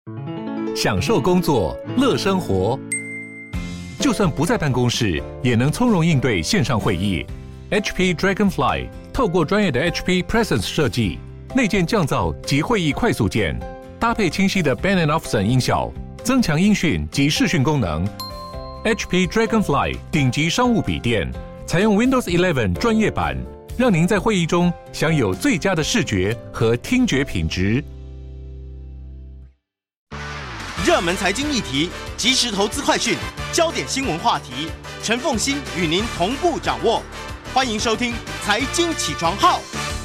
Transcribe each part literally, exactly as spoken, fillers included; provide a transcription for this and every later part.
享受工作，乐生活。就算不在办公室，也能从容应对线上会议。H P Dragonfly 透过专业的 H P Presence 设计，内建降噪及会议快速键，搭配清晰的 Bang and Olufsen 音效，增强音讯及视讯功能。H P Dragonfly 顶级商务笔电，采用 Windows 十一专业版，让您在会议中享有最佳的视觉和听觉品质。 热门财经议题、即时投资快讯、焦点新闻话题，陈凤馨与您同步掌握。欢迎收听《财经起床号》。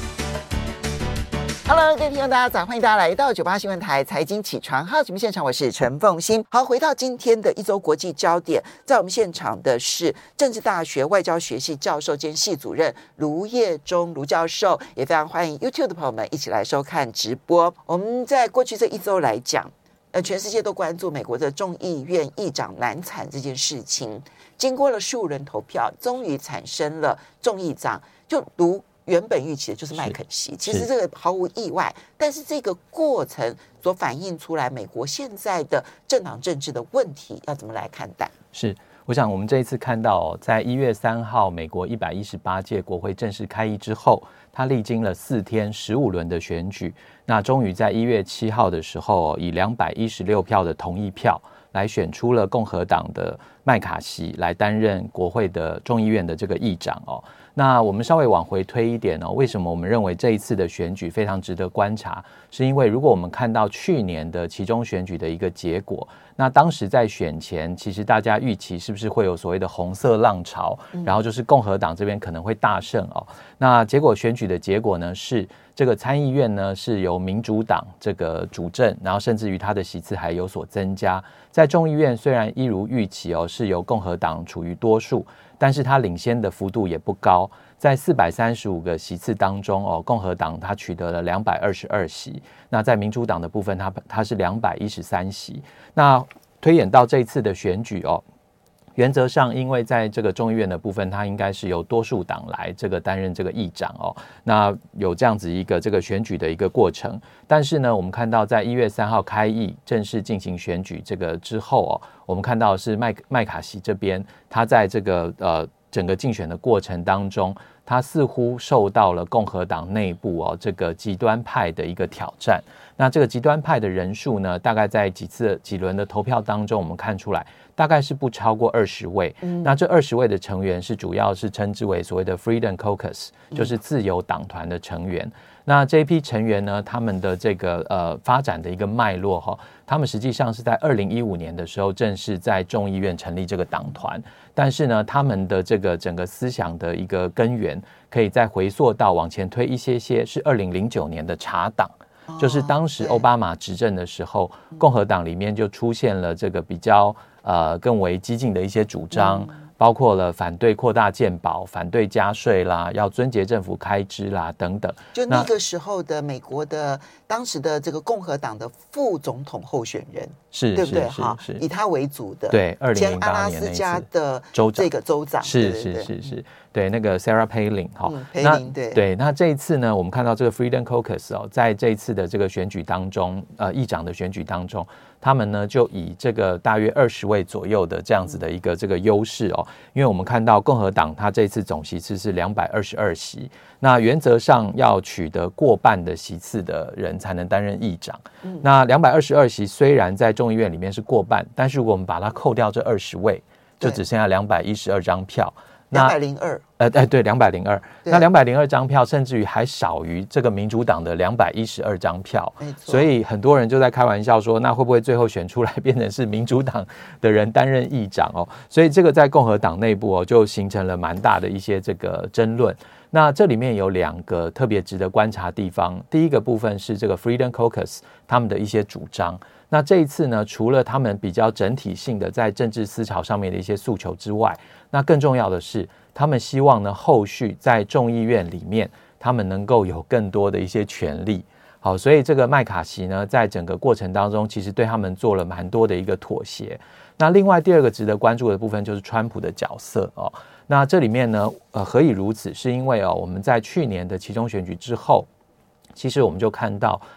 Hello， 各位听众大家早，欢迎大家来到九八新闻台财经起床号节目现场，我是陈凤馨。好，回到今天的一周国际焦点，在我们现场的是政治大学外交学系教授兼系主任卢业中卢教授，也非常欢迎 YouTube 的朋友们一起来收看直播。我们在过去这一周来讲，呃，全世界都关注美国的众议院议长难产这件事情。经过了十五轮投票，终于产生了众议长，就如原本预期的就是麦肯锡。其实这个毫无意外，但是这个过程所反映出来美国现在的政党政治的问题，要怎么来看待？ 是。我想我们这一次看到、哦、在一月三号美国一百一十八届国会正式开议之后，它历经了四天十五轮的选举，那终于在一月七号的时候、哦、以两百一十六票的同意票来选出了共和党的麦卡锡来担任国会的众议院的这个议长哦。那我们稍微往回推一点哦，为什么我们认为这一次的选举非常值得观察？是因为如果我们看到去年的期中选举的一个结果，那当时在选前，其实大家预期是不是会有所谓的红色浪潮，然后就是共和党这边可能会大胜哦。那结果选举的结果呢，是这个参议院呢是由民主党这个主政，然后甚至于它的席次还有所增加。在众议院虽然一如预期哦，是由共和党处于多数，但是它领先的幅度也不高。在四百三十五个席次当中哦，共和党它取得了两百二十二席，那在民主党的部分它它是两百一十三席。那推演到这一次的选举哦，原则上因为在这个众议院的部分，它应该是由多数党来这个担任这个议长哦，那有这样子一个这个选举的一个过程。但是呢，我们看到在一月三号开议正式进行选举这个之后哦，我们看到是麦麦卡锡这边，他在这个呃。整个竞选的过程当中，他似乎受到了共和党内部哦这个极端派的一个挑战。那这个极端派的人数呢，大概在几次几轮的投票当中，我们看出来大概是不超过二十位。嗯、那这二十位的成员是主要是称之为所谓的 Freedom Caucus， 就是自由党团的成员。嗯、那这一批成员呢，他们的这个呃发展的一个脉络哈、哦，他们实际上是在二零一五年的时候正式在众议院成立这个党团。但是呢，他们的这个整个思想的一个根源，可以再回溯到往前推一些些，是二零零九年的茶党，哦、就是当时奥巴马执政的时候，共和党里面就出现了这个比较呃更为激进的一些主张。嗯，包括了反对扩大健保、反对加税啦，要撙节政府开支啦等等。 就那个时候的美国的当时的这个共和党的副总统候选人， 是对不对？ 哈，以他为主的， 对，二零零八年前阿拉斯加的这个州长， 是是是是，对，那个 Sarah Palin 哈、 嗯，佩林对对。那这一次呢，我们看到这个 Freedom Caucus 哦，在这一次的这个选举当中，呃，议长的选举当中，他们呢就以这个大约二十位左右的这样子的一个这个优势哦。因为我们看到共和党它这次总席次是两百二十二席，那原则上要取得过半的席次的人才能担任议长。嗯、那两百二十二席虽然在众议院里面是过半，但是如果我们把它扣掉这二十位，就只剩下两百一十二张票。 两百零二， 呃，哎，对，两百零二。那两百零二张票，甚至于还少于这个民主党的两百一十二张票，所以很多人就在开玩笑说，那会不会最后选出来变成是民主党的人担任议长哦？所以这个在共和党内部哦，就形成了蛮大的一些这个争论。那这里面有两个特别值得观察的地方，第一个部分是这个 Freedom Caucus 他们的一些主张。那这一次呢，除了他们比较整体性的在政治思潮上面的一些诉求之外，那更重要的是，他们希望呢，后续在众议院里面，他们能够有更多的一些权利。好，所以这个麦卡锡呢，在整个过程当中，其实对他们做了蛮多的一个妥协。那另外第二个值得关注的部分就是川普的角色哦。那这里面呢，呃，何以如此？是因为哦，我们在去年的期中选举之后，其实我们就看到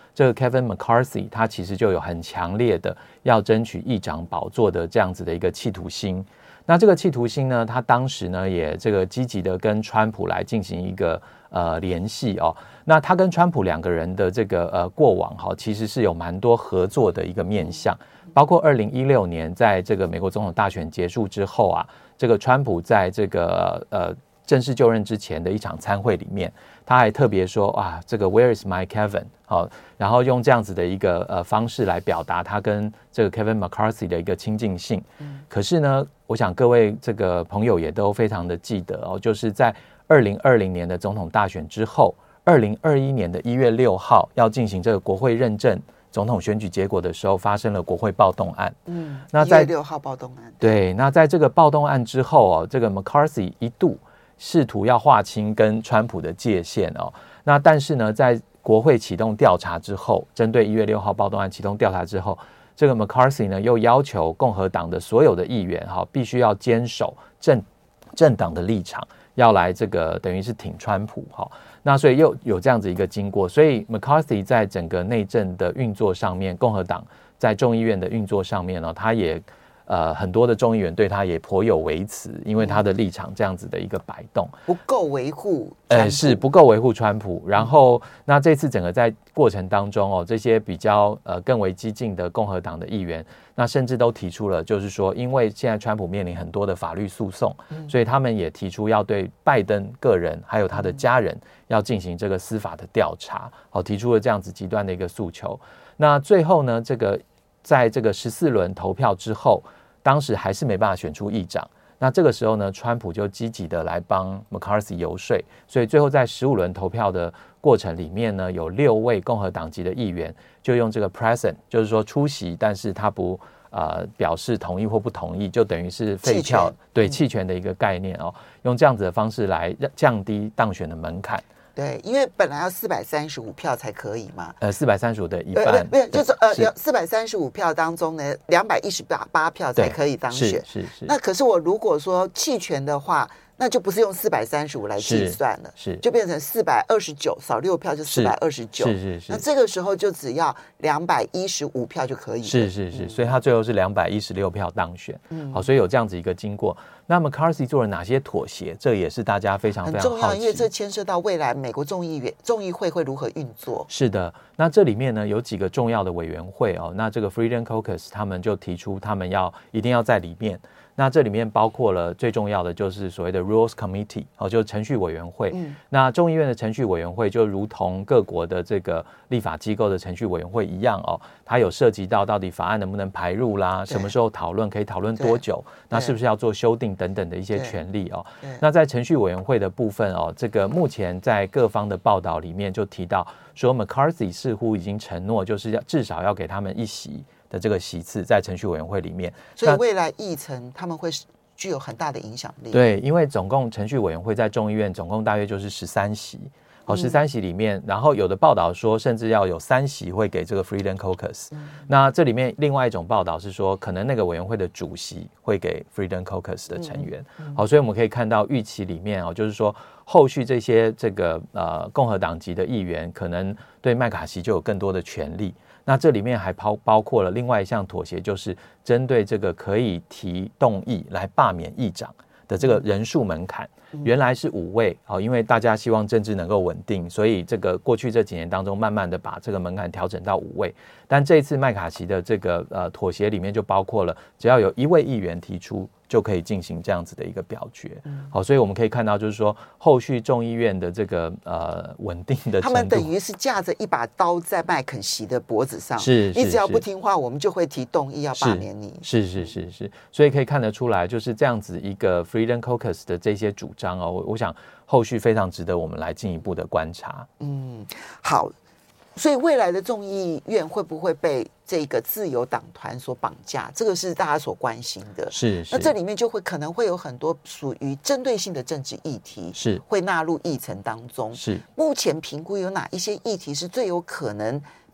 这个 Kevin McCarthy 他其实就有很强烈的要争取议长宝座的这样子的一个企图心。那这个企图心呢，他当时呢也这个积极的跟川普来进行一个呃联系哦。那他跟川普两个人的这个呃过往哈、哦，其实是有蛮多合作的一个面向，包括二零一六年在这个美国总统大选结束之后啊，这个川普在这个呃正式就任之前的一场参会里面，他还特别说啊，这个 Where is my Kevin？ 好、哦，然后用这样子的一个呃方式来表达他跟这个 Kevin McCarthy 的一个亲近性。嗯、可是呢，我想各位这个朋友也都非常的记得哦，就是在二零二零年的总统大选之后，二零二一年的一月六号要进行这个国会认证总统选举结果的时候，发生了国会暴动案。嗯， 那在一月六号暴动案。 对，那在这个暴动案之后哦，这个 McCarthy 一度试图要划清跟川普的界限哦。那但是呢，在国会启动调查之后，针对一月六号暴动案启动调查之后，这个 McCarthy 呢又要求共和党的所有的议员哈、哦，必须要坚守政政党的立场，要来这个等于是挺川普哈、哦。那所以又有这样子一个经过，所以 McCarthy 在整个内政的运作上面，共和党在众议院的运作上面呢、哦，他也呃很多的众议员对他也颇有微词，因为他的立场这样子的一个摆动不够维护， 呃是不够维护川普。然后那这次整个在过程当中哦，这些比较呃更为激进的共和党的议员，那甚至都提出了，就是说，因为现在川普面临很多的法律诉讼，嗯、所以他们也提出要对拜登个人还有他的家人要进行这个司法的调查，好，提出了这样子极端的一个诉求。那最后呢，这个在这个十四轮投票之后，当时还是没办法选出议长。那这个时候呢，川普就积极的来帮 McCarthy 游说，所以最后在十五轮投票的过程里面呢，有六位共和党籍的议员就用这个 present， 就是说出席，但是他不呃表示同意或不同意，就等于是废票，对弃权的一个概念哦，用这样子的方式来降低当选的门槛。 对，因为本来要四百三十五票才可以嘛， 呃，四百三十五的一半， 没有，就是呃，有四百三十五票当中呢，两百一十八票才可以当选。 是是是。 那可是我如果说弃权的话，那就不是用四百三十五来计算了， 是， 就变成四百二十九，少六票就四百二十九， 是是是。 那这个时候就只要两百一十五票就可以了， 是是是。嗯、所以他最后是两百一十六票当选，嗯，好，所以有这样子一个经过。那 McCarthy 做了哪些妥协？这也是大家非常非常好奇， 很重要，因为这牵涉到未来美国众议院众议会会如何运作。 是的，那这里面呢有几个重要的委员会哦，那这个 Freedom Caucus 他们就提出他们要一定要在里面。那这里面包括了最重要的就是所谓的 Rules Committee， 哦，就是程序委员会。嗯、那众议院的程序委员会就如同各国的这个立法机构的程序委员会一样哦，它有涉及到到底法案能不能排入啦，什么时候讨论，可以讨论多久，那是不是要做修订等等的一些权利哦。那在程序委员会的部分哦，这个目前在各方的报道里面就提到说 ，McCarthy 似乎已经承诺，就是要至少要给他们一席的这个席次在程序委员会里面， 所以未来议程他们会具有很大的影响力。 对，因为总共程序委员会在众议院总共大约就是十三席，好，十三席里面，然后有的报道说甚至要有三席会给这个 Freedom Caucus，嗯、那这里面另外一种报道是说，可能那个委员会的主席会给 Freedom Caucus 的成员，嗯嗯、好，所以我们可以看到预期里面哦，就是说后续这些这个呃共和党籍的议员可能对麦卡锡就有更多的权利。那这里面还包包括了另外一项妥协，就是针对这个可以提动议来罢免议长的这个人数门槛，原来是五位，因为大家希望政治能够稳定，所以这个过去这几年当中，慢慢的把这个门槛调整到五位。但这一次麦卡锡的这个呃妥协里面就包括了，只要有一位议员提出，就可以进行这样子的一个表决。嗯、好，所以我们可以看到，就是说后续众议院的这个呃稳定的程度， 他们等于是架着一把刀在麦肯锡的脖子上， 是， 你只要不听话，我们就会提动议要罢免你。 是是是 是, 是，所以可以看得出来，就是这样子一个 Freedom Caucus 的这些主张哦，我我想后续非常值得我们来进一步的观察。 嗯，好。所以未来的众议院会不会被这个自由党团所绑架？这个是大家所关心的。 是，是。 那这里面就会可能会有很多属于针对性的政治议题， 是会纳入议程当中。 是。 目前评估有哪一些议题是最有可能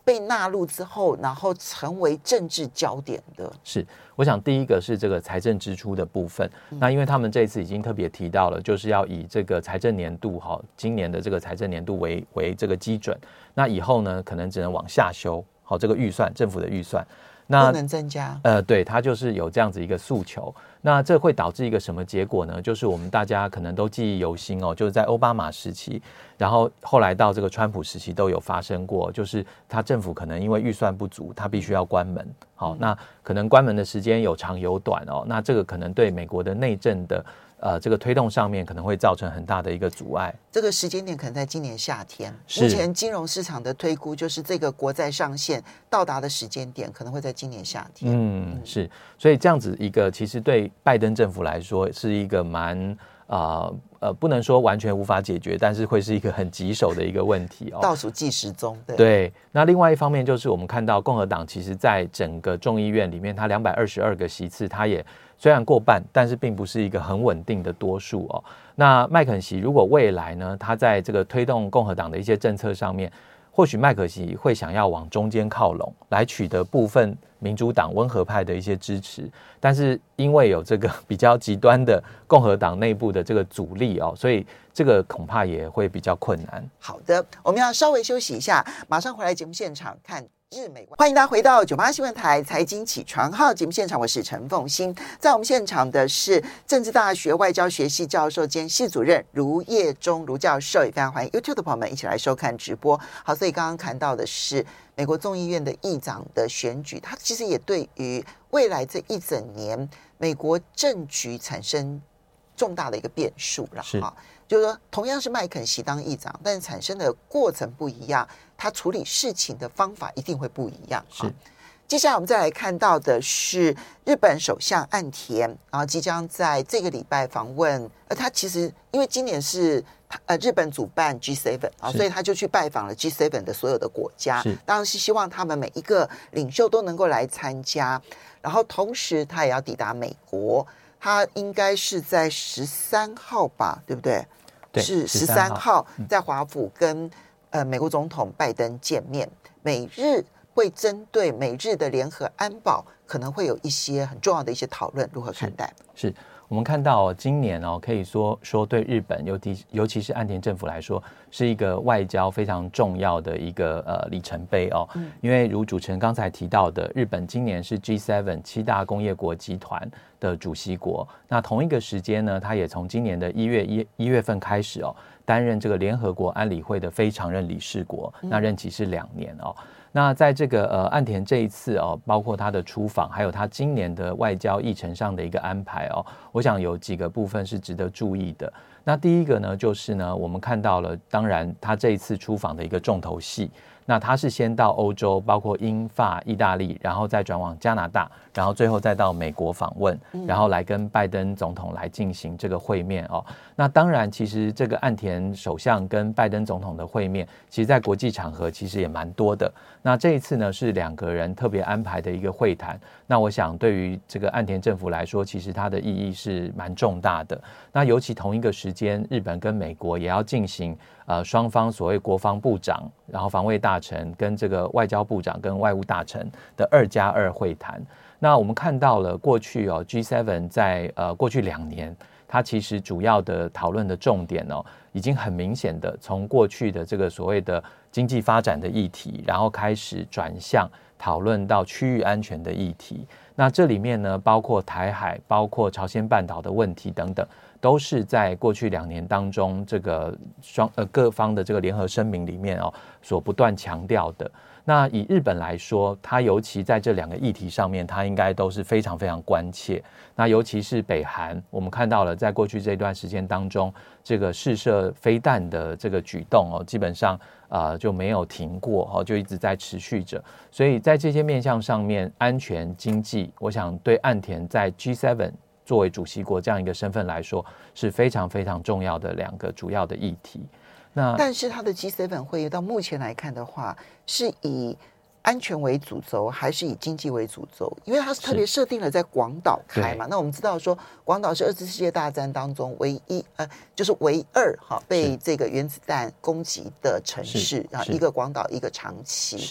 被纳入之后，然后成为政治焦点的？ 是，我想第一个是这个财政支出的部分。嗯、那因为他们这一次已经特别提到了，就是要以这个财政年度哈，今年的这个财政年度为为这个基准。那以后呢，可能只能往下修，好，这个预算政府的预算。那不能增加， 呃，对，它就是有这样子一个诉求。那这会导致一个什么结果呢？就是我们大家可能都记忆犹新哦，就是在奥巴马时期，然后后来到这个川普时期都有发生过，就是他政府可能因为预算不足，他必须要关门。好，那可能关门的时间有长有短哦，那这个可能对美国的内政的呃这个推动上面可能会造成很大的一个阻碍。 这个时间点可能在今年夏天，目前金融市场的推估就是这个国债上限到达的时间点可能会在今年夏天。 嗯，是，所以这样子一个其实对拜登政府来说是一个蛮呃呃不能说完全无法解决，但是会是一个很棘手的一个问题哦。 倒数计时中，对。 对，那另外一方面就是我们看到共和党其实在整个众议院里面，它两百二十二个席次，它也虽然过半，但是并不是一个很稳定的多数哦。那麦肯锡如果未来呢，他在这个推动共和党的一些政策上面，或许麦肯锡会想要往中间靠拢，来取得部分民主党温和派的一些支持，但是因为有这个比较极端的共和党内部的这个阻力哦，所以这个恐怕也会比较困难。 好的，我们要稍微休息一下，马上回来节目现场看日美。欢迎大家回到九八新闻台财经起床号节目现场，我是陈凤馨。在我们现场的是政治大学外交学系教授兼系主任卢业中卢教授，也非常欢迎 YouTube 的朋友们一起来收看直播。好，所以刚刚谈到的是美国众议院的议长的选举，它其实也对于未来这一整年美国政局产生重大的一个变数了。 是， 就是说同样是麦肯锡当议长，但是产生的过程不一样，他处理事情的方法一定会不一样。 是， 接下来我们再来看到的是日本首相岸田，然后即将在这个礼拜访问，而他其实因为今年是呃日本主办 G 七 啊，所以他就去拜访了 G 七 的所有的国家，当然是希望他们每一个领袖都能够来参加，然后同时他也要抵达美国，他应该是在十三号吧，对不对？ 对， 是十三号在华府跟、呃、美国总统拜登见面，美日会针对美日的联合安保可能会有一些很重要的一些讨论，如何看待？ 是，是我们看到、哦、今年哦，可以说说对日本，尤其尤其是岸田政府来说，是一个外交非常重要的一个呃里程碑哦。嗯、因为如主持人刚才提到的，日本今年是 G 七 七大工业国集团的主席国。那同一个时间呢，他也从今年的一月一一月份开始哦，担任这个联合国安理会的非常任理事国，那任期是两年哦。那在这个呃岸田这一次哦，包括他的出访，还有他今年的外交议程上的一个安排哦，我想有几个部分是值得注意的。那第一个呢，就是呢，我们看到了，当然他这一次出访的一个重头戏。那他是先到欧洲，包括英法意大利，然后再转往加拿大，然后最后再到美国访问，然后来跟拜登总统来进行这个会面哦。那当然其实这个岸田首相跟拜登总统的会面，其实在国际场合其实也蛮多的。那这一次呢是两个人特别安排的一个会谈，那我想对于这个岸田政府来说，其实它的意义是蛮重大的。那尤其同一个时间，日本跟美国也要进行呃双方所谓国防部长，然后防卫大臣跟这个外交部长跟外务大臣的二加二会谈。那我们看到了过去哦 G 七 在呃过去两年，它其实主要的讨论的重点哦，已经很明显的从过去的这个所谓的经济发展的议题，然后开始转向讨论到区域安全的议题。那这里面呢，包括台海、包括朝鲜半岛的问题等等，都是在过去两年当中这个双呃各方的这个联合声明里面哦所不断强调的。那以日本来说，它尤其在这两个议题上面，它应该都是非常非常关切。那尤其是北韩，我们看到了在过去这段时间当中，这个试射飞弹的这个举动哦，基本上呃就没有停过哦，就一直在持续着。所以在这些面向上面，安全、经济，我想对岸田在 G 七 作为主席国这样一个身份来说，是非常非常重要的两个主要的议题。那但是他的 G 七 会议到目前来看的话，是以安全为主轴还是以经济为主轴？因为它是特别设定了在广岛开嘛。那我们知道说，广岛是二次世界大战当中唯一呃，就是唯二哈被这个原子弹攻击的城市啊，一个广岛，一个长崎。 是。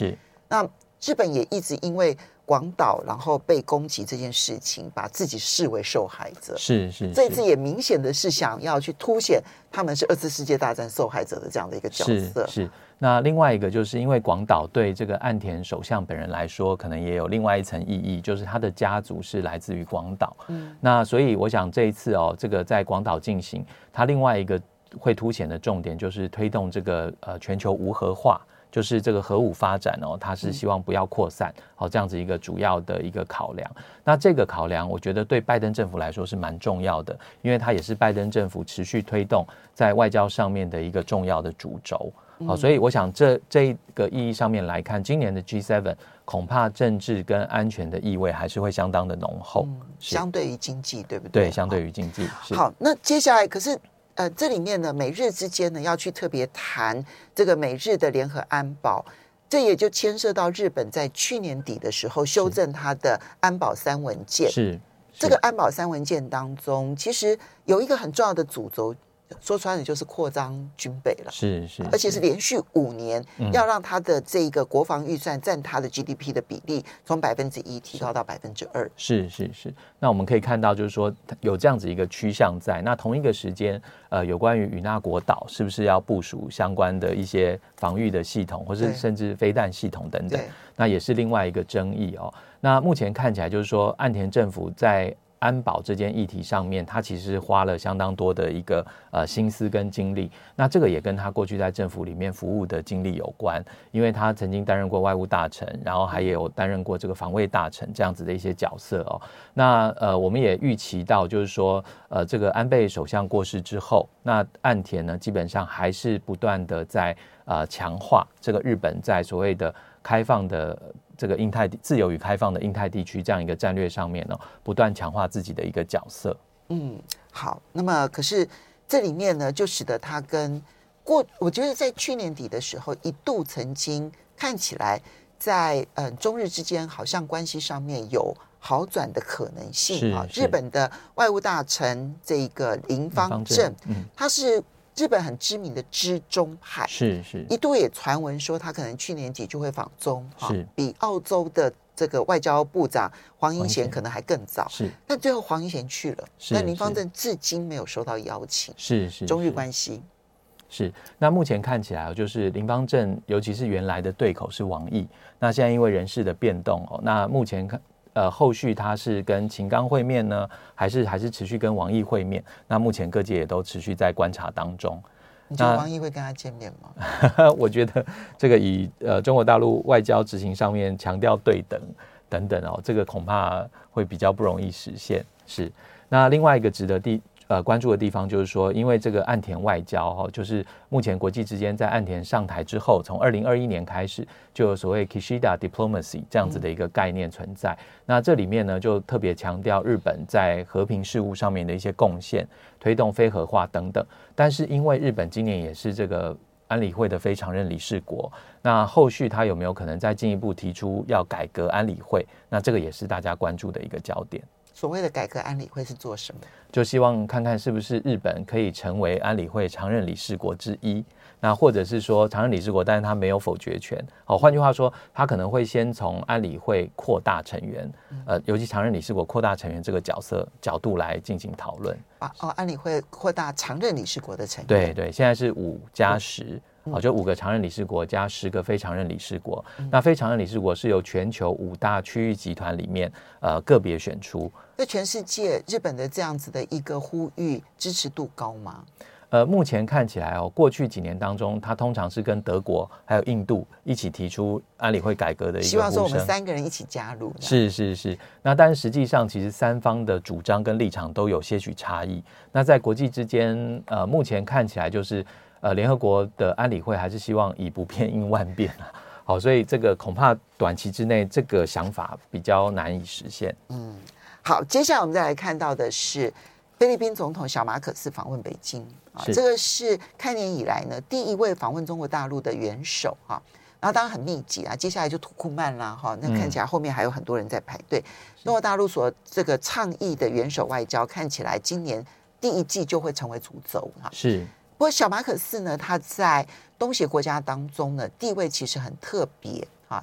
那日本也一直因为广岛然后被攻击这件事情，把自己视为受害者。 是是， 这次也明显的是想要去凸显他们是二次世界大战受害者的这样的一个角色。 是是。那另外一个就是因为广岛对这个岸田首相本人来说，可能也有另外一层意义，就是他的家族是来自于广岛。嗯，那所以我想这一次哦，这个在广岛进行，它另外一个会凸显的重点就是推动这个呃全球无核化。就是这个核武发展哦，它是希望不要扩散，好、哦、这样子一个主要的一个考量。那这个考量，我觉得对拜登政府来说是蛮重要的，因为它也是拜登政府持续推动在外交上面的一个重要的主轴。好、哦，所以我想这这个意义上面来看，今年的 G 七 恐怕政治跟安全的意味还是会相当的浓厚，嗯、 相对于经济，对不对？ 对，相对于经济。 好，那接下来可是。呃，这里面呢，美日之间呢要去特别谈这个美日的联合安保，这也就牵涉到日本在去年底的时候修正它的安保三文件。 是, 是这个安保三文件当中，其实有一个很重要的主轴，说穿了就是扩张军备了， 是是， 而且是连续五年，嗯、要让它的这个国防预算占它的 G D P 的比例从百分之一提高到百分之二。 是是是，那我们可以看到，就是说有这样子一个趋向在。那同一个时间，呃，有关于与那国岛是不是要部署相关的一些防御的系统，或是甚至飞弹系统等等，那也是另外一个争议哦。那目前看起来就是说，岸田政府在安保这件议题上面，他其实花了相当多的一个呃心思跟精力。那这个也跟他过去在政府里面服务的经历有关，因为他曾经担任过外务大臣，然后还有担任过这个防卫大臣这样子的一些角色哦。那呃，我们也预期到，就是说呃，这个安倍首相过世之后，那岸田呢，基本上还是不断的在呃强化这个日本在所谓的开放的。这个印太自由与开放的印太地区这样一个战略上面呢、哦，不断强化自己的一个角色。 嗯，好，那么可是这里面呢，就使得他跟过，我觉得在去年底的时候，一度曾经看起来在嗯、呃、中日之间好像关系上面有好转的可能性啊。日本的外务大臣这个林芳正，嗯，他是。日本很知名的知中派， 是是， 一度也传闻说他可能去年底就会访中， 是比澳洲的这个外交部长黄英贤可能还更早， 是，但最后黄英贤去了，但林芳正至今没有收到邀请， 是是， 中日关系是。那目前看起来就是林芳正，尤其是原来的对口是王毅，那现在因为人事的变动哦，那目前看。呃，后续他是跟秦刚会面呢，还是还是持续跟王毅会面？那目前各界也都持续在观察当中。 你觉得王毅会跟他见面吗？ 我觉得这个以呃中国大陆外交执行上面强调对等等等哦，这个恐怕会比较不容易实现。是。那另外一个值得地呃关注的地方就是说，因为这个岸田外交哈、哦，就是目前国际之间在岸田上台之后，从二零二一年开始就有所谓 Kishida Diplomacy 这样子的一个概念存在。嗯、那这里面呢，就特别强调日本在和平事务上面的一些贡献，推动非核化等等。但是因为日本今年也是这个安理会的非常任理事国，那后续他有没有可能再进一步提出要改革安理会？那这个也是大家关注的一个焦点。 所谓的改革安理会是做什么？ 就希望看看是不是日本可以成为安理会常任理事国之一，那或者是说常任理事国，但是他没有否决权。好，换句话说，他可能会先从安理会扩大成员，呃，尤其常任理事国扩大成员这个角色角度来进行讨论。 啊哦，安理会扩大常任理事国的成员。 对对，现在是五加十。好，就五个常任理事国加十个非常任理事国。嗯、那非常任理事国是由全球五大区域集团里面呃个别选出。 在全世界，日本的这样子的一个呼吁支持度高吗？ 呃，目前看起来哦，过去几年当中，它通常是跟德国还有印度一起提出安理会改革的一个呼声， 希望说我们三个人一起加入。 是是是。那但是实际上，其实三方的主张跟立场都有些许差异。那在国际之间，呃，目前看起来就是。呃，联合国的安理会还是希望以不变应万变啊，好，所以这个恐怕短期之内这个想法比较难以实现。 嗯，好，接下来我们再来看到的是菲律宾总统小马可斯访问北京啊，这个是开年以来呢第一位访问中国大陆的元首哈、啊，然后当然很密集啊，接下来就土库曼啦哈，那看起来后面还有很多人在排队。嗯、中国大陆所这个倡议的元首外交，看起来今年第一季就会成为主轴哈。 是。 不过小马可斯呢，他在东协国家当中呢地位其实很特别啊，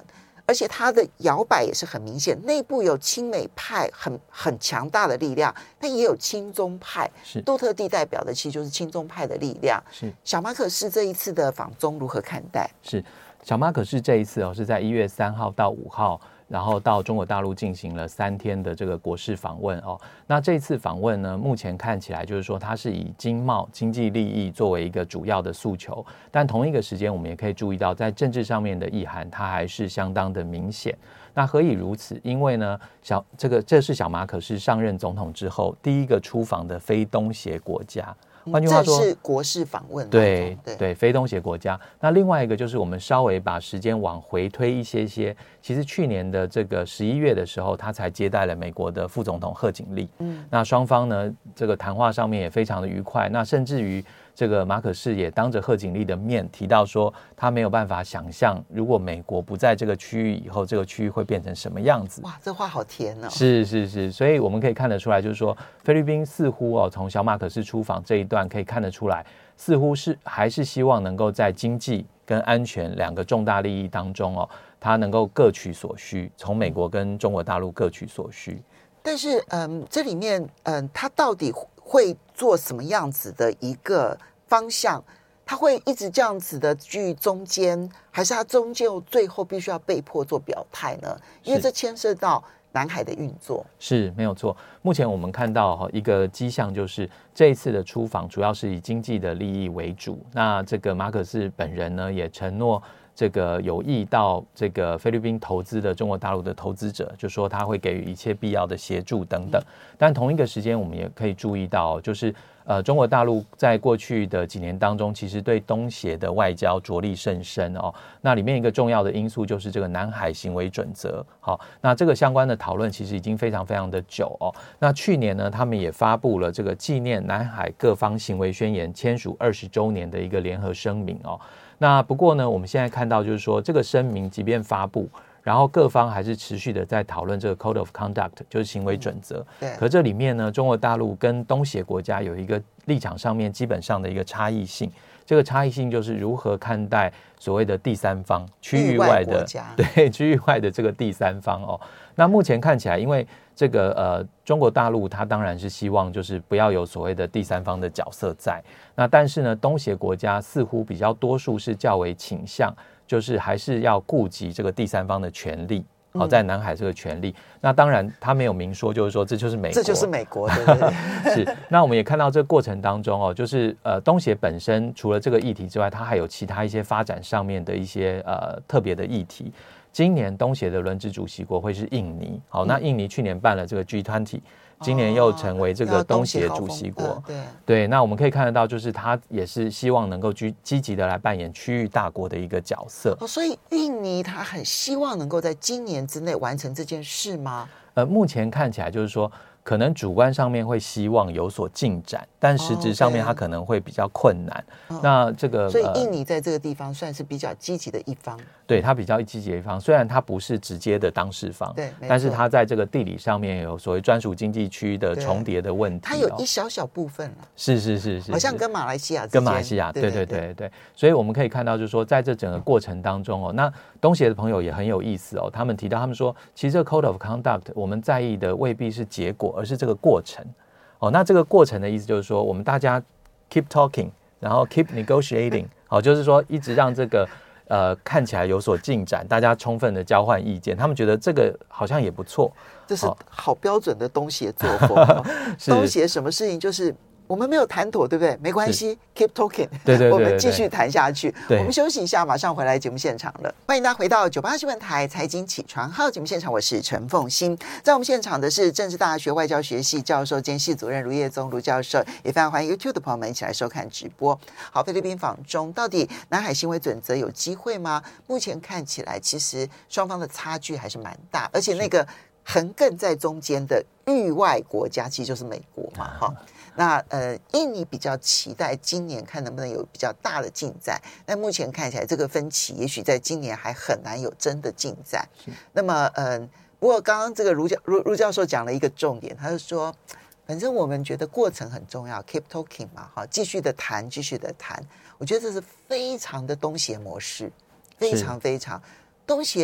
而且它的摇摆也是很明显，内部有亲美派很很强大的力量，但也有亲中派。 是杜特地代表的其实就是亲中派的力量。 是小马可仕这一次的访中如何看待？ 是小马可仕这一次哦，是在一月三号到五号。然后到中国大陆进行了三天的这个国事访问哦。那这次访问呢，目前看起来就是说它是以经贸、经济利益作为一个主要的诉求，但同一个时间我们也可以注意到，在政治上面的意涵，它还是相当的明显。那何以如此？因为呢，小这个这是小马可仕上任总统之后第一个出访的非东协国家。换句话说， 这是国事访问。 对 对, 对，非东协国家。那另外一个就是我们稍微把时间往回推一些些，其实去年的这个十一月的时候，他才接待了美国的副总统贺锦丽。嗯，那双方呢，这个谈话上面也非常的愉快。那甚至于这个马可仕也当着贺锦丽的面提到说，他没有办法想象，如果美国不在这个区域以后，这个区域会变成什么样子。 哇，这话好甜哦。 是是是，所以我们可以看得出来，就是说菲律宾似乎哦，从小马可仕出访这一段可以看得出来，似乎是还是希望能够在经济跟安全两个重大利益当中哦，他能够各取所需，从美国跟中国大陆各取所需。 但是嗯，这里面嗯，他到底会做什么样子的一个方向？他会一直这样子的居中间，还是他终究最后必须要被迫做表态呢？因为这牵涉到南海的运作。是没有错。目前我们看到一个迹象，就是这一次的出访主要是以经济的利益为主。那这个马可仕本人呢，也承诺这个有意到这个菲律宾投资的中国大陆的投资者，就说他会给予一切必要的协助等等。但同一个时间，我们也可以注意到，就是呃，中国大陆在过去的几年当中，其实对东协的外交着力甚深哦。那里面一个重要的因素就是这个南海行为准则。好，那这个相关的讨论其实已经非常非常的久哦。那去年呢，他们也发布了这个纪念南海各方行为宣言签署二十周年的一个联合声明哦。那不过呢，我们现在看到就是说，这个声明即便发布，然后各方还是持续的在讨论这个 Code of Conduct， 就是行为准则。对。可这里面呢，中国大陆跟东协国家有一个立场上面基本上的一个差异性。这个差异性就是如何看待所谓的第三方区域外的对区域外的这个第三方哦。那目前看起来，因为这个呃中国大陆它当然是希望就是不要有所谓的第三方的角色在。那但是呢，东协国家似乎比较多数是较为倾向，就是还是要顾及这个第三方的权利。好，在南海这个权利，那当然他没有明说，就是说这就是美国，这就是美国，对对对。是，那我们也看到这个过程当中哦，就是呃东协本身除了这个议题之外，它还有其他一些发展上面的一些呃特别的议题。今年东协的轮值主席国会是印尼，好，那印尼去年办了这个 G 二十。今年又成为这个东协主席国，哦、对对，那我们可以看得到，就是他也是希望能够积极的来扮演区域大国的一个角色。哦，所以印尼他很希望能够在今年之内完成这件事吗？呃，目前看起来就是说，可能主观上面会希望有所进展，但实质上面它可能会比较困难。哦、那这个，所以印尼在这个地方算是比较积极的一方。对，它比较积极的一方，虽然它不是直接的当事方，对，但是它在这个地理上面有所谓专属经济区的重叠的问题、哦。它有一小小部分了。是是是是，好像跟马来西亚之间，跟马来西亚，对对对 对, 对, 对。所以我们可以看到，就是说，在这整个过程当中哦，那东协的朋友也很有意思哦，他们提到，他们说，其实这个 Code of Conduct 我们在意的未必是结果，而是这个过程。哦，那这个过程的意思就是说，我们大家 keep talking， 然后 keep negotiating， 好、哦，就是说一直让这个呃看起来有所进展，大家充分的交换意见，他们觉得这个好像也不错。这是好标准的东协作风、哦。东协什么事情就是我们没有谈妥，对不对？没关系 ，keep talking， 对, 对, 对, 对, 对，我们继续谈下去。我们休息一下，马上回来节目现场了。欢迎大家回到九八新闻台财经起床号节目现场，我是陈凤馨。在我们现场的是政治大学外交学系教授兼系主任卢业宗卢教授，也非常欢迎 YouTube 的朋友们一起来收看直播。好，菲律宾访中到底南海行为准则有机会吗？目前看起来，其实双方的差距还是蛮大，而且那个横亘在中间的域外国家其实就是美国嘛，哈。那呃，印尼比较期待今年看能不能有比较大的进展，但目前看起来这个分歧也许在今年还很难有真的进展。那么呃，不过刚刚这个卢教卢卢教授讲了一个重点，他就说，反正我们觉得过程很重要 ，keep talking 嘛，哈，继续的谈，继续的谈。我觉得这是非常的东协模式，非常非常东协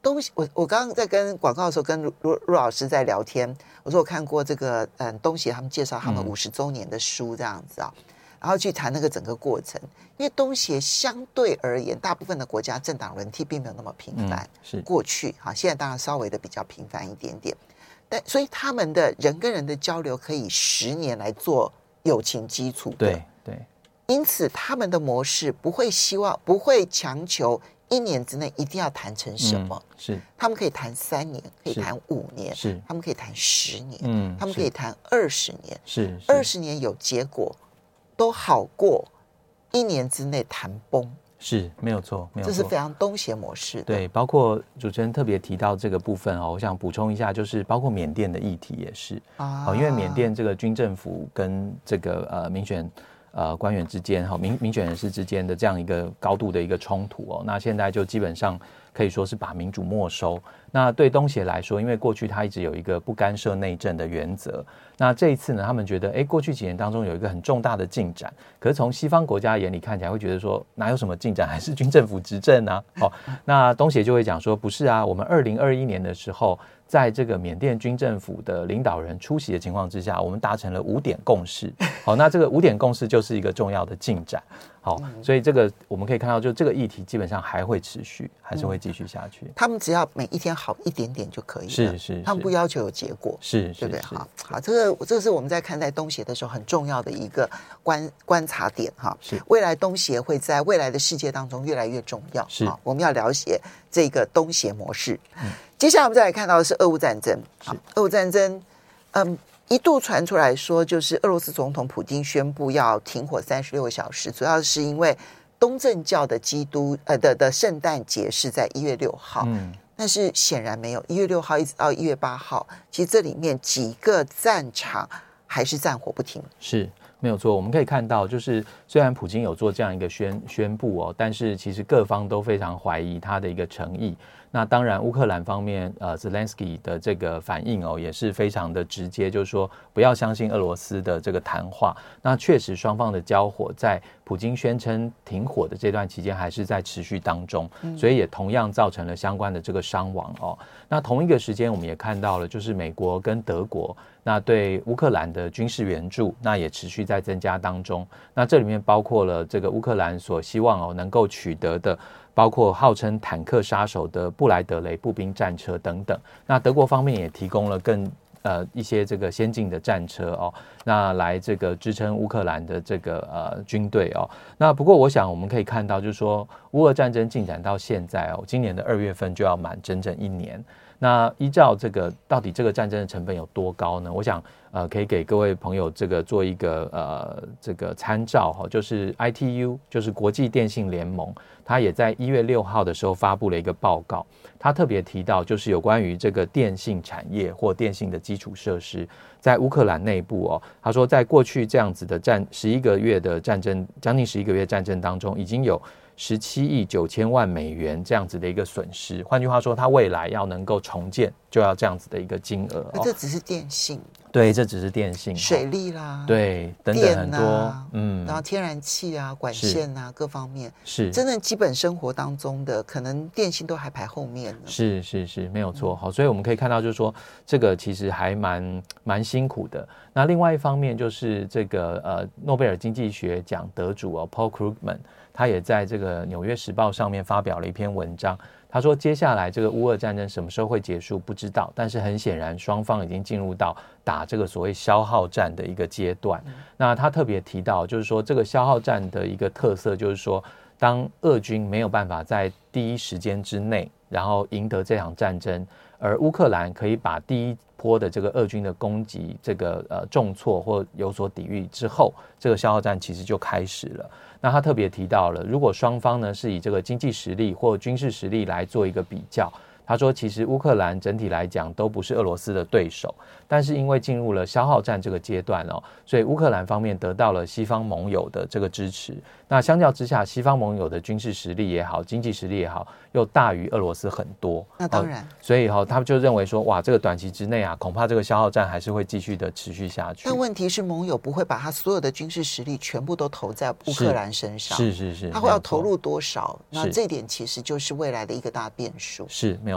东西，我我刚刚在跟广告的时候跟陆陆老师在聊天，我说我看过这个嗯东协他们介绍他们五十周年的书这样子啊。嗯，然后去谈那个整个过程，因为东协相对而言，大部分的国家政党轮替并没有那么频繁，嗯、 是过去哈，现在当然稍微的比较频繁一点点，但所以他们的人跟人的交流可以十年来做友情基础的， 对对， 因此他们的模式不会希望不会强求一年之内一定要谈成什么，嗯、 是他们可以谈三年，可以谈五年， 是他们可以谈十年， 嗯， 他们可以谈二十年， 是二十年有结果。都好过一年之内谈崩， 是没有错，没有错， 这是非常东协模式的。 对，包括主持人特别提到这个部分哦，我想补充一下，就是包括缅甸的议题也是啊、哦，因为缅甸这个军政府跟这个呃民选呃官员之间哈、哦、民民选人士之间的这样一个高度的一个冲突哦，那现在就基本上可以说是把民主没收。那对东协来说，因为过去他一直有一个不干涉内政的原则，那这一次呢，他们觉得，哎，过去几年当中有一个很重大的进展，可是从西方国家眼里看起来，会觉得说哪有什么进展，还是军政府执政啊？哦，那东协就会讲说，不是啊，我们二零二一年的时候，在这个缅甸军政府的领导人出席的情况之下，我们达成了五点共识。好，那这个五点共识就是一个重要的进展。好，所以这个我们可以看到，就这个议题基本上还会持续，还是会继续下去。 他们只要每一天好一点点就可以了， 是 是, 是， 他们不要求有结果， 是， 对不对？ 是好，好，这个这个是我们在看待东协的时候很重要的一个观观察点哈。 是， 未来东协会在未来的世界当中越来越重要。 是， 我们要了解这个东协模式。嗯，接下来我们再来看到的是俄乌战争。好，俄乌战争，嗯。一度传出来说，就是俄罗斯总统普丁宣布要停火三十六个小时，主要是因为东正教的基督呃的的圣诞节是在一月六号，嗯，但是显然没有，一月六号一直到一月八号，其实这里面几个战场还是战火不停， 是没有错。我们可以看到，就是虽然普京有做这样一个宣宣布哦，但是其实各方都非常怀疑他的一个诚意。那当然，乌克兰方面，呃 ，Zelensky 的这个反应哦，也是非常的直接，就是说不要相信俄罗斯的这个谈话。那确实，双方的交火在普京宣称停火的这段期间，还是在持续当中，所以也同样造成了相关的这个伤亡哦。那同一个时间，我们也看到了，就是美国跟德国那对乌克兰的军事援助，那也持续在增加当中。那这里面包括了这个乌克兰所希望哦能够取得的。包括号称坦克杀手的布莱德雷步兵战车等等，那德国方面也提供了更呃一些这个先进的战车哦，那来这个支撑乌克兰的这个呃军队哦。那不过我想我们可以看到，就是说乌俄战争进展到现在哦，今年的二月份就要满整整一年。那依照这个，到底这个战争的成本有多高呢？我想，呃，可以给各位朋友这个做一个呃这个参照哈，就是 I T U， 就是国际电信联盟，它也在一月六号的时候发布了一个报告，它特别提到就是有关于这个电信产业或电信的基础设施，在乌克兰内部哦，他说在过去这样子的战十一个月的战争，将近十一个月战争当中，已经有十七亿九千万美元这样子的一个损失。换句话说，它未来要能够重建，就要这样子的一个金额、哦。 这只是电信， 对，这只是电信、 水利啦， 对，等等很多， 啊、 嗯， 然后天然气啊、管线啊各方面， 是真正基本生活当中的，可能电信都还排后面呢。 是是是，没有错。好，所以我们可以看到，就是说这个其实还蛮蛮辛苦的。那另外一方面就是这个呃诺贝尔经济学奖得主哦 Paul Krugman。他也在这个《纽约时报》上面发表了一篇文章，他说接下来这个乌俄战争什么时候会结束不知道，但是很显然双方已经进入到打这个所谓消耗战的一个阶段。嗯、那他特别提到就是说这个消耗战的一个特色就是说，当俄军没有办法在第一时间之内然后赢得这场战争，而乌克兰可以把第一波的这个俄军的攻击这个呃重挫或有所抵御之后，这个消耗战其实就开始了。那他特别提到了，如果双方呢是以这个经济实力或军事实力来做一个比较，他说其实乌克兰整体来讲都不是俄罗斯的对手，但是因为进入了消耗战这个阶段哦，所以乌克兰方面得到了西方盟友的这个支持。那相较之下，西方盟友的军事实力也好，经济实力也好，又大于俄罗斯很多。 那当然，哦、 所以哈、哦，他们就认为说，哇，这个短期之内啊，恐怕这个消耗战还是会继续的持续下去。 但问题是，盟友不会把他所有的军事实力全部都投在乌克兰身上， 是是是， 他会要投入多少？那这点其实就是未来的一个大变数。 是没有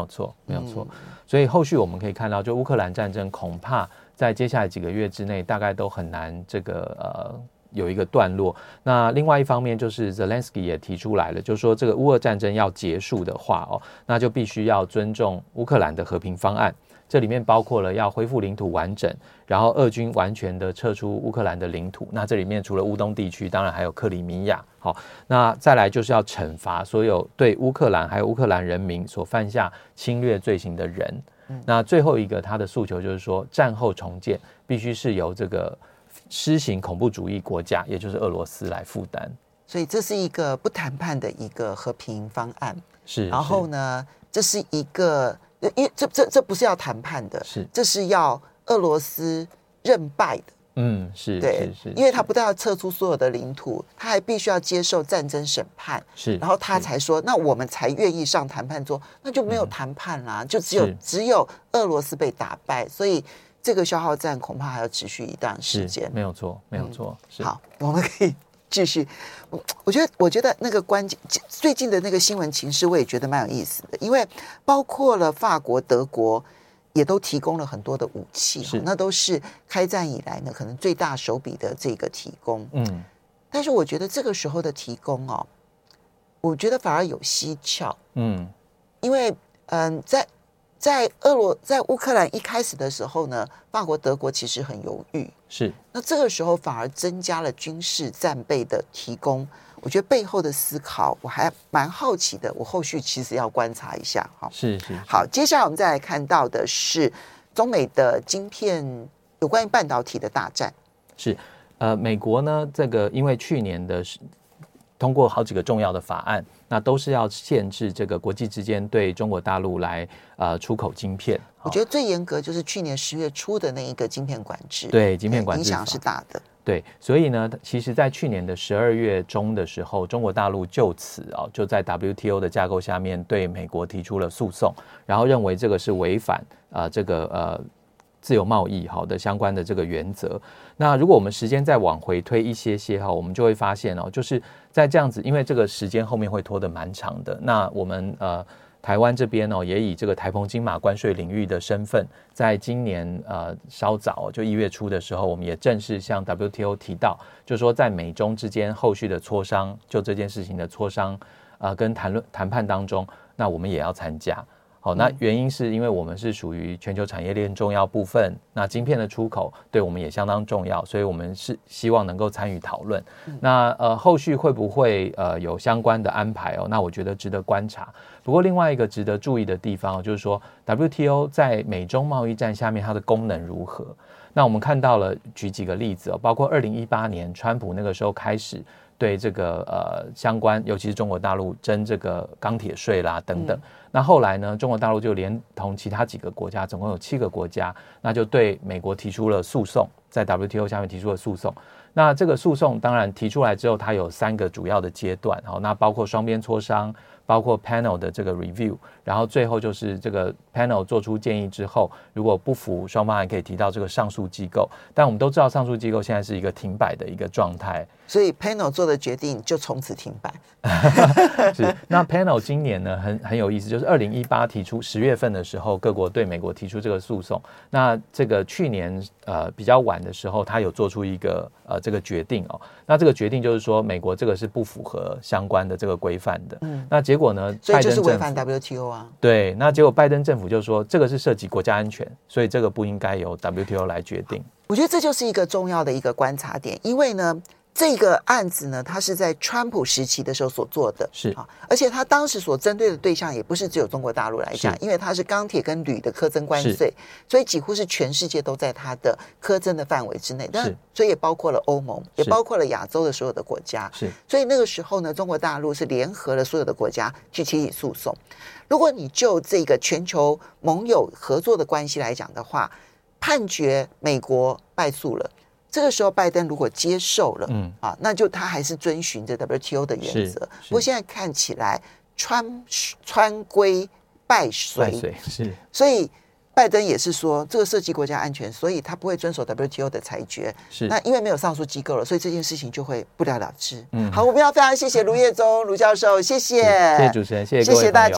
有错，没有错。嗯、所以后续我们可以看到，就乌克兰战争恐怕在接下来几个月之内，大概都很难这个呃有一个段落。那另外一方面，就是 Zelensky 也提出来了，就是说这个乌俄战争要结束的话哦，那就必须要尊重乌克兰的和平方案。这里面包括了要恢复领土完整，然后俄军完全的撤出乌克兰的领土。那这里面除了乌东地区，当然还有克里米亚。好，那再来就是要惩罚所有对乌克兰还有乌克兰人民所犯下侵略罪行的人。嗯、那最后一个他的诉求就是说，战后重建必须是由这个施行恐怖主义国家，也就是俄罗斯来负担。 所以这是一个不谈判的一个和平方案。 是， 然后呢，这是一个。因为这这这不是要谈判的， 是这是要俄罗斯认败的。 嗯，是， 对， 是是， 因为他不但要撤出所有的领土，他还必须要接受战争审判， 是， 然后他才说，那我们才愿意上谈判桌，那就没有谈判啦，嗯、就只有只有俄罗斯被打败，所以这个消耗战恐怕还要持续一段时间。 没有错，没有错。 嗯、好，我们可以继续。我我觉得，我觉得那个关键最近的那个新闻情势，我也觉得蛮有意思的，因为包括了法国、德国也都提供了很多的武器，那都是开战以来呢可能最大手笔的这个提供。嗯，但是我觉得这个时候的提供哦，我觉得反而有蹊跷。嗯，因为嗯，在在俄罗在乌克兰一开始的时候呢，法国、德国其实很犹豫。 是， 那这个时候反而增加了军事战备的提供，我觉得背后的思考我还蛮好奇的，我后续其实要观察一下。好， 是 是, 是。 好，接下来我们再来看到的是中美的晶片有关于半导体的大战。 是，呃，美国呢，这个因为去年的通过好几个重要的法案，那都是要限制这个国际之间对中国大陆来呃出口晶片。 我觉得最严格就是去年十月初的那一个晶片管制， 对晶片管制影响是大的。 对，所以呢，其实在去年的十二月中的时候，中国大陆就此哦，就在 W T O 的架构下面对美国提出了诉讼，然后认为这个是违反呃这个呃自由贸易好的相关的这个原则。那如果我们时间再往回推一些些哈，我们就会发现哦，就是在这样子，因为这个时间后面会拖得蛮长的。那我们呃。台湾这边哦，也以这个台澎金马关税领域的身份，在今年呃稍早就一月初的时候，我们也正式向 W T O 提到，就是说在美中之间后续的磋商，就这件事情的磋商，呃跟谈论谈判当中，那我们也要参加。好，那原因是因为我们是属于全球产业链重要部分，那晶片的出口对我们也相当重要，所以我们是希望能够参与讨论。嗯、那呃后续会不会呃有相关的安排哦？那我觉得值得观察。不过另外一个值得注意的地方、哦、就是说 W T O 在美中贸易战下面它的功能如何？那我们看到了，举几个例子哦，包括二零一八年川普那个时候开始对这个呃相关，尤其是中国大陆征这个钢铁税啦等等。嗯、那后来呢，中国大陆就连同其他几个国家，总共有七个国家，那就对美国提出了诉讼，在 W T O 下面提出了诉讼。那这个诉讼当然提出来之后，它有三个主要的阶段，好，那包括双边磋商，包括 panel 的这个 review， 然后最后就是这个 panel 做出建议之后，如果不服，双方还可以提到这个上诉机构。但我们都知道，上诉机构现在是一个停摆的一个状态， 所以 panel 做的决定就从此停摆。 是，那 panel 今年呢很很有意思，就是二零一八提出十月份的时候，各国对美国提出这个诉讼。那这个去年呃比较晚的时候，他有做出一个呃这个决定哦。那这个决定就是说，美国这个是不符合相关的这个规范的。嗯，那结果呢？ 所以就是违反 W T O 啊。 对，那结果拜登政府就说这个是涉及国家安全，所以这个不应该由 W T O 来决定。 我觉得这就是一个重要的一个观察点，因为呢，这个案子呢，它是在川普时期的时候所做的， 是啊，而且他当时所针对的对象也不是只有中国大陆来讲，因为它是钢铁跟铝的课征关税，所以几乎是全世界都在它的课征的范围之内，但所以也包括了欧盟，也包括了亚洲的所有的国家， 是， 所以那个时候呢，中国大陆是联合了所有的国家去提起诉讼。如果你就这个全球盟友合作的关系来讲的话，判决美国败诉了。这个时候，拜登如果接受了，嗯啊，那就他还是遵循着 W T O 的原则。不过现在看起来川川规败随， 败随是， 所以拜登也是说这个涉及国家安全，所以他不会遵守 W T O 的裁决。 是， 那因为没有上诉机构了，所以这件事情就会不了了之。嗯，好，我们要非常谢谢卢业忠卢教授，谢谢， 谢谢主持人，谢谢各位朋友。